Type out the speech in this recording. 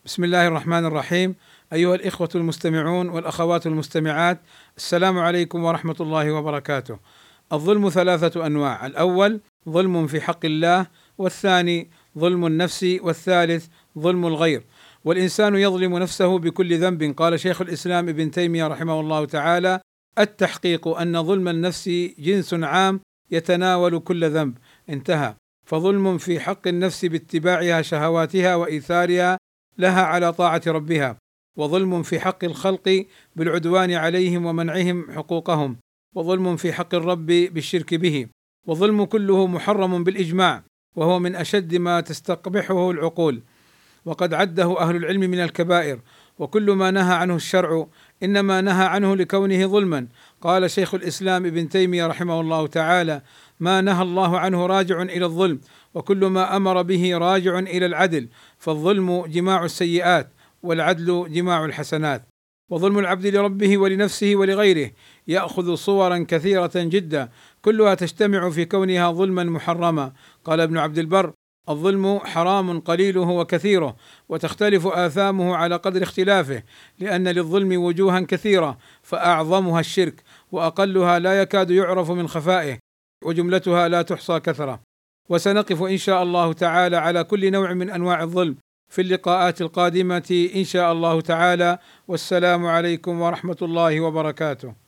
بسم الله الرحمن الرحيم. أيها الإخوة المستمعون والأخوات المستمعات، السلام عليكم ورحمة الله وبركاته. الظلم ثلاثة أنواع: الأول ظلم في حق الله، والثاني ظلم النفس، والثالث ظلم الغير. والإنسان يظلم نفسه بكل ذنب. قال شيخ الإسلام ابن تيمية رحمه الله تعالى: التحقيق أن ظلم النفس جنس عام يتناول كل ذنب. انتهى. فظلم في حق النفس باتباعها شهواتها وإيثارها لها على طاعة ربها، وظلم في حق الخلق بالعدوان عليهم ومنعهم حقوقهم، وظلم في حق الرب بالشرك به. وظلم كله محرم بالإجماع، وهو من أشد ما تستقبحه العقول، وقد عده أهل العلم من الكبائر. وكل ما نهى عنه الشرع إنما نهى عنه لكونه ظلما. قال شيخ الإسلام ابن تيمية رحمه الله تعالى: ما نهى الله عنه راجع إلى الظلم، وكل ما أمر به راجع إلى العدل، فالظلم جماع السيئات، والعدل جماع الحسنات. وظلم العبد لربه ولنفسه ولغيره يأخذ صورا كثيرة جدا، كلها تجتمع في كونها ظلما محرما. قال ابن عبد البر: الظلم حرام قليله وكثيره، وتختلف آثامه على قدر اختلافه، لأن للظلم وجوها كثيرة، فأعظمها الشرك، وأقلها لا يكاد يعرف من خفائه، وجملتها لا تحصى كثرة. وسنقف إن شاء الله تعالى على كل نوع من أنواع الظلم في اللقاءات القادمة إن شاء الله تعالى. والسلام عليكم ورحمة الله وبركاته.